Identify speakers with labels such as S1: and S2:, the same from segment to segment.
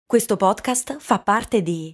S1: Questo podcast fa parte di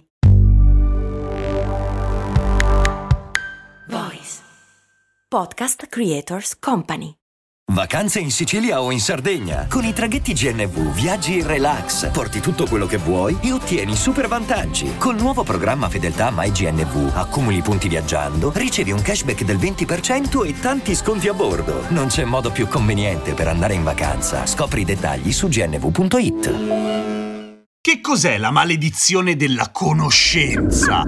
S1: Voice Podcast Creators Company.
S2: Vacanze in Sicilia o in Sardegna. Con i traghetti GNV viaggi in relax, porti tutto quello che vuoi e ottieni super vantaggi. Col nuovo programma Fedeltà MyGNV accumuli punti viaggiando, ricevi un cashback del 20% e tanti sconti a bordo. Non c'è modo più conveniente per andare in vacanza. Scopri i dettagli su gnv.it.
S3: Che cos'è la maledizione della conoscenza?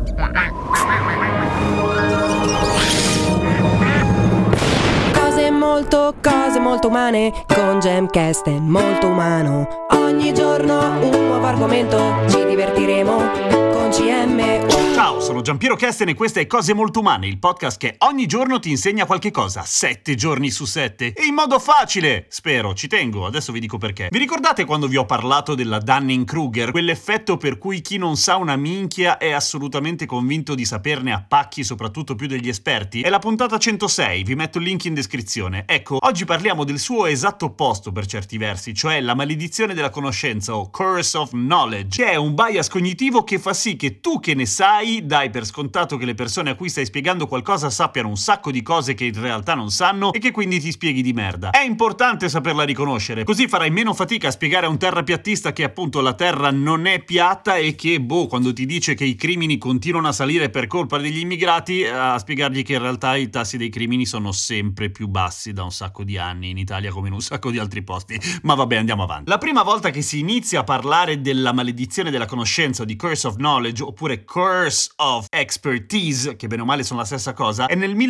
S4: Cose molto umane, con Gemcast è molto umano. Ogni giorno un nuovo argomento, ci divertiremo con CM.
S3: Ciao, sono Giampiero Kesten e questa è Cose Molto Umane, il podcast che ogni giorno ti insegna qualche cosa, 7 giorni su 7, e in modo facile, spero, ci tengo, adesso vi dico perché. Vi ricordate quando vi ho parlato della Dunning-Kruger, quell'effetto per cui chi non sa una minchia è assolutamente convinto di saperne a pacchi, soprattutto più degli esperti? È la puntata 106, vi metto il link in descrizione. Ecco, oggi parliamo del suo esatto opposto per certi versi, cioè la maledizione della conoscenza o curse of knowledge, che è un bias cognitivo che fa sì che tu che ne sai dai per scontato che le persone a cui stai spiegando qualcosa sappiano un sacco di cose che in realtà non sanno e che quindi ti spieghi di merda. È importante saperla riconoscere, così farai meno fatica a spiegare a un terrapiattista che appunto la terra non è piatta e che, quando ti dice che i crimini continuano a salire per colpa degli immigrati, a spiegargli che in realtà i tassi dei crimini sono sempre più bassi da un sacco di anni in Italia come in un sacco di altri posti. Ma vabbè, andiamo avanti. La prima volta che si inizia a parlare della maledizione della conoscenza o di curse of knowledge oppure curse of expertise, che bene o male sono la stessa cosa, è nel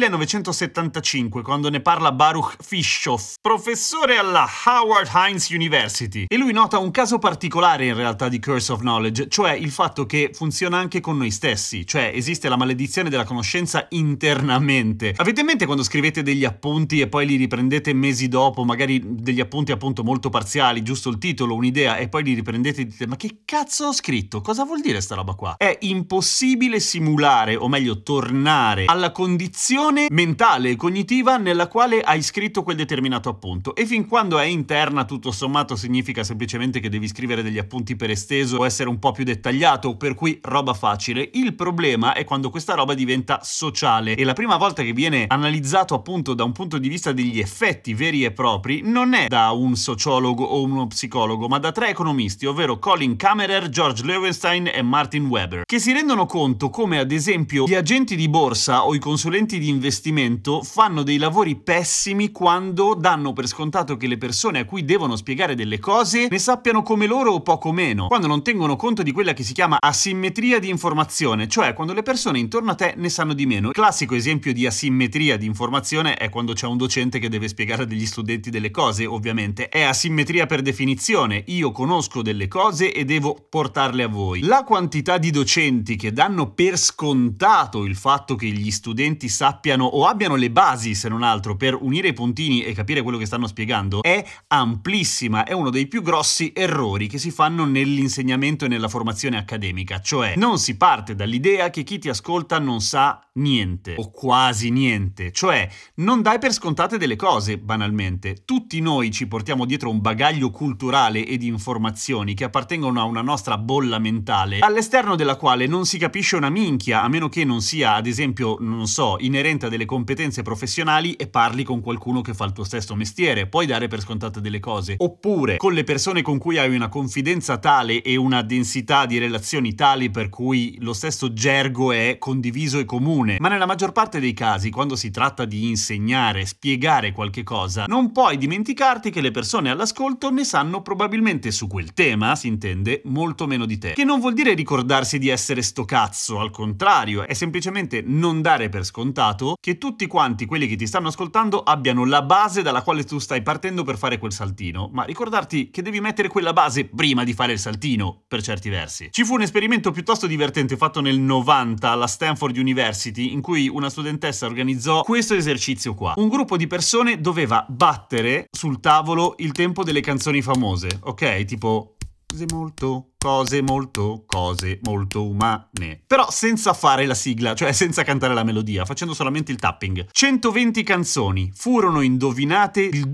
S3: 1975 quando ne parla Baruch Fischoff, professore alla Howard Heinz University, e lui nota un caso particolare in realtà di curse of knowledge, cioè il fatto che funziona anche con noi stessi, cioè esiste la maledizione della conoscenza internamente. Avete in mente quando scrivete degli appunti e poi li riprendete mesi dopo, magari degli appunti appunto molto parziali, giusto il titolo, un'idea, e poi li riprendete e dite ma che cazzo ho scritto? Cosa vuol dire sta roba qua? È impossibile simulare, o meglio tornare alla condizione mentale e cognitiva nella quale hai scritto quel determinato appunto, e fin quando è interna tutto sommato significa semplicemente che devi scrivere degli appunti per esteso o essere un po' più dettagliato, per cui roba facile. Il problema è quando questa roba diventa sociale, e la prima volta che viene analizzato appunto da un punto di vista degli effetti veri e propri non è da un sociologo o uno psicologo, ma da 3 economisti, ovvero Colin Kammerer, George Loewenstein e Martin Weber, che si rendono conto come ad esempio gli agenti di borsa o i consulenti di investimento fanno dei lavori pessimi quando danno per scontato che le persone a cui devono spiegare delle cose ne sappiano come loro o poco meno, quando non tengono conto di quella che si chiama asimmetria di informazione, cioè quando le persone intorno a te ne sanno di meno. Il classico esempio di asimmetria di informazione è quando c'è un docente che deve spiegare a degli studenti delle cose, ovviamente. È asimmetria per definizione, io conosco delle cose e devo portarle a voi. La quantità di docenti che danno per scontato il fatto che gli studenti sappiano o abbiano le basi, se non altro, per unire i puntini e capire quello che stanno spiegando è amplissima. È uno dei più grossi errori che si fanno nell'insegnamento e nella formazione accademica, cioè non si parte dall'idea che chi ti ascolta non sa niente o quasi niente, cioè non dai per scontate delle cose, banalmente. Tutti noi ci portiamo dietro un bagaglio culturale e di informazioni che appartengono a una nostra bolla mentale, all'esterno della quale non si capisce una minchia, a meno che non sia, ad esempio, non so, inerente a delle competenze professionali e parli con qualcuno che fa il tuo stesso mestiere. Puoi dare per scontate delle cose. Oppure con le persone con cui hai una confidenza tale e una densità di relazioni tali per cui lo stesso gergo è condiviso e comune. Ma nella maggior parte dei casi, quando si tratta di insegnare, spiegare qualche cosa, non puoi dimenticarti che le persone all'ascolto ne sanno probabilmente su quel tema, si intende, molto meno di te. Che non vuol dire ricordarsi di essere sto cazzo, al contrario, è semplicemente non dare per scontato che tutti quanti quelli che ti stanno ascoltando abbiano la base dalla quale tu stai partendo per fare quel saltino, ma ricordarti che devi mettere quella base prima di fare il saltino, per certi versi. Ci fu un esperimento piuttosto divertente fatto nel 90 alla Stanford University in cui una studentessa organizzò questo esercizio qua. Un gruppo di persone doveva battere sul tavolo il tempo delle canzoni famose, ok? Tipo cose molto cose molto umane. Però senza fare la sigla, cioè senza cantare la melodia, facendo solamente il tapping. 120 canzoni furono indovinate il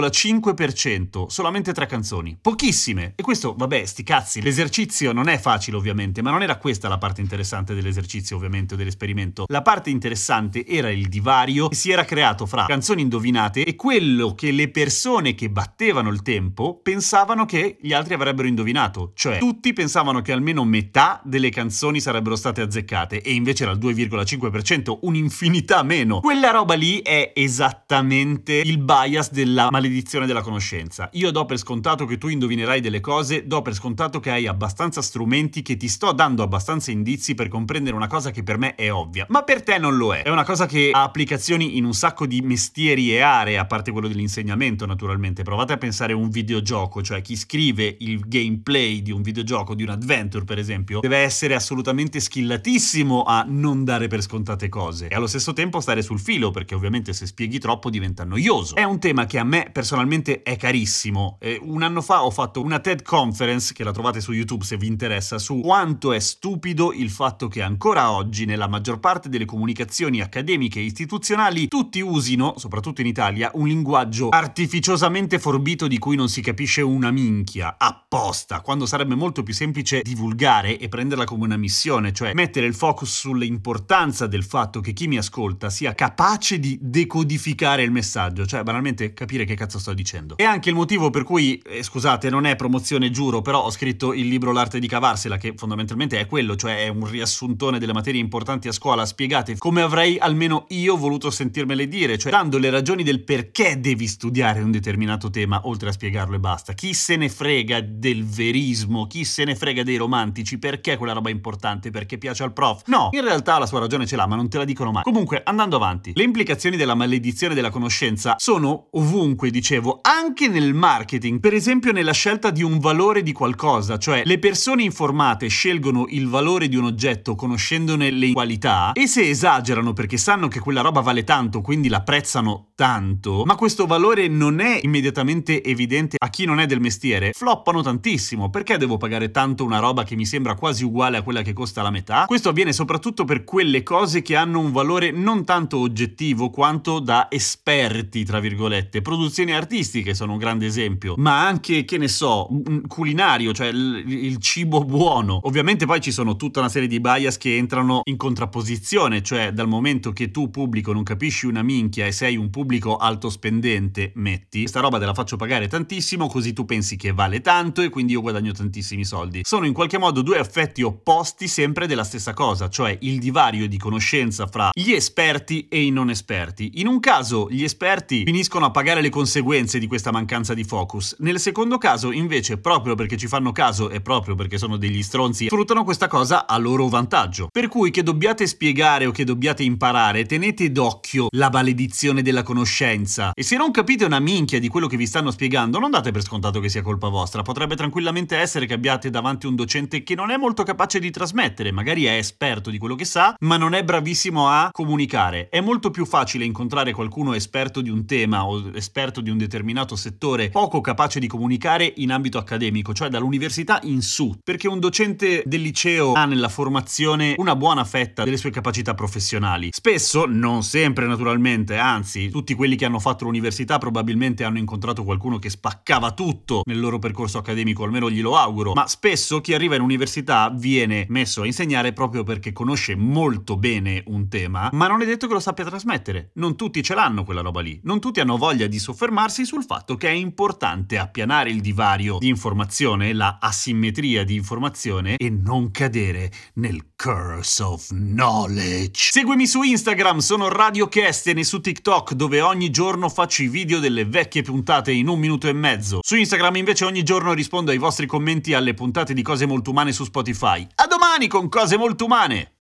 S3: 2,5%, solamente 3 canzoni. Pochissime. E questo, vabbè, sti cazzi. L'esercizio non è facile ovviamente, ma non era questa la parte interessante dell'esercizio ovviamente o dell'esperimento. La parte interessante era il divario che si era creato fra canzoni indovinate e quello che le persone che battevano il tempo pensavano che gli altri avrebbero indovinato. Cioè, tutti pensavano che almeno metà delle canzoni sarebbero state azzeccate e invece era il 2,5%, un'infinità meno. Quella roba lì è esattamente il bias della maledizione della conoscenza. Io do per scontato che tu indovinerai delle cose, do per scontato che hai abbastanza strumenti, che ti sto dando abbastanza indizi per comprendere una cosa che per me è ovvia, ma per te non lo è. È una cosa che ha applicazioni in un sacco di mestieri e aree, a parte quello dell'insegnamento naturalmente. Provate a pensare a un videogioco, cioè chi scrive il gameplay di un videogioco, di un adventure per esempio, deve essere assolutamente skillatissimo a non dare per scontate cose e allo stesso tempo stare sul filo, perché ovviamente se spieghi troppo diventa noioso. È un tema che a me personalmente è carissimo. Un anno fa ho fatto una TED Conference, che la trovate su YouTube se vi interessa, su quanto è stupido il fatto che ancora oggi nella maggior parte delle comunicazioni accademiche e istituzionali tutti usino, soprattutto in Italia, un linguaggio artificiosamente forbito di cui non si capisce una minchia, apposta, quando sarebbe molto più semplice divulgare e prenderla come una missione, cioè mettere il focus sull'importanza del fatto che chi mi ascolta sia capace di decodificare il messaggio, cioè banalmente capire che cazzo sto dicendo. È anche il motivo per cui, scusate, non è promozione giuro, però ho scritto il libro L'arte di cavarsela, che fondamentalmente è quello, cioè è un riassuntone delle materie importanti a scuola spiegate come avrei almeno io voluto sentirmele dire, cioè dando le ragioni del perché devi studiare un determinato tema oltre a spiegarlo e basta. Chi se ne frega del verismo, chi se ne frega dei romantici, perché quella roba è importante, perché piace al prof? No, in realtà la sua ragione ce l'ha, ma non te la dicono mai. Comunque, andando avanti, le implicazioni della maledizione della conoscenza sono ovunque, dicevo, anche nel marketing, per esempio nella scelta di un valore di qualcosa, cioè le persone informate scelgono il valore di un oggetto conoscendone le qualità e se esagerano perché sanno che quella roba vale tanto, quindi la prezzano tanto, ma questo valore non è immediatamente evidente a chi non è del mestiere, floppano tantissimo. Perché devo pagare tanto una roba che mi sembra quasi uguale a quella che costa la metà? Questo avviene soprattutto per quelle cose che hanno un valore non tanto oggettivo quanto da esperti, tra virgolette. Produzioni artistiche sono un grande esempio, ma anche, che ne so, culinario, cioè il cibo buono. Ovviamente poi ci sono tutta una serie di bias che entrano in contrapposizione, cioè dal momento che tu pubblico non capisci una minchia e sei un pubblico alto spendente, metti, questa roba te la faccio pagare tantissimo così tu pensi che vale tanto e quindi io guadagno tantissimi soldi. Sono in qualche modo due effetti opposti sempre della stessa cosa, cioè il divario di conoscenza fra gli esperti e i non esperti. In un caso gli esperti finiscono a pagare le conseguenze di questa mancanza di focus, nel secondo caso invece, proprio perché ci fanno caso e proprio perché sono degli stronzi, sfruttano questa cosa a loro vantaggio. Per cui che dobbiate spiegare o che dobbiate imparare, tenete d'occhio la maledizione della conoscenza e se non capite una minchia di quello che vi stanno spiegando non date per scontato che sia colpa vostra. Potrebbe tranquillamente essere che abbiate davanti un docente che non è molto capace di trasmettere, magari è esperto di quello che sa ma non è bravissimo a comunicare. È molto più facile incontrare qualcuno esperto di un tema o esperto di un determinato settore poco capace di comunicare in ambito accademico, cioè dall'università in su, perché un docente del liceo ha nella formazione una buona fetta delle sue capacità professionali. Spesso, non sempre naturalmente, anzi tutti quelli che hanno fatto l'università probabilmente hanno incontrato qualcuno che spaccava tutto nel loro percorso accademico, almeno glielo auguro, ma spesso chi arriva in università viene messo a insegnare proprio perché conosce molto bene un tema, ma non è detto che lo sappia trasmettere. Non tutti ce l'hanno quella roba lì, non tutti hanno voglia di soffermarsi sul fatto che è importante appianare il divario di informazione, la asimmetria di informazione e non cadere nel curse of knowledge. Seguimi su Instagram, sono Radio Kesten, e su TikTok dove ogni giorno faccio i video delle vecchie puntate in 1 minuto e mezzo. Su Instagram invece ogni giorno rispondo ai vostri commenti alle puntate di Cose Molto Umane su Spotify. A domani con Cose Molto Umane!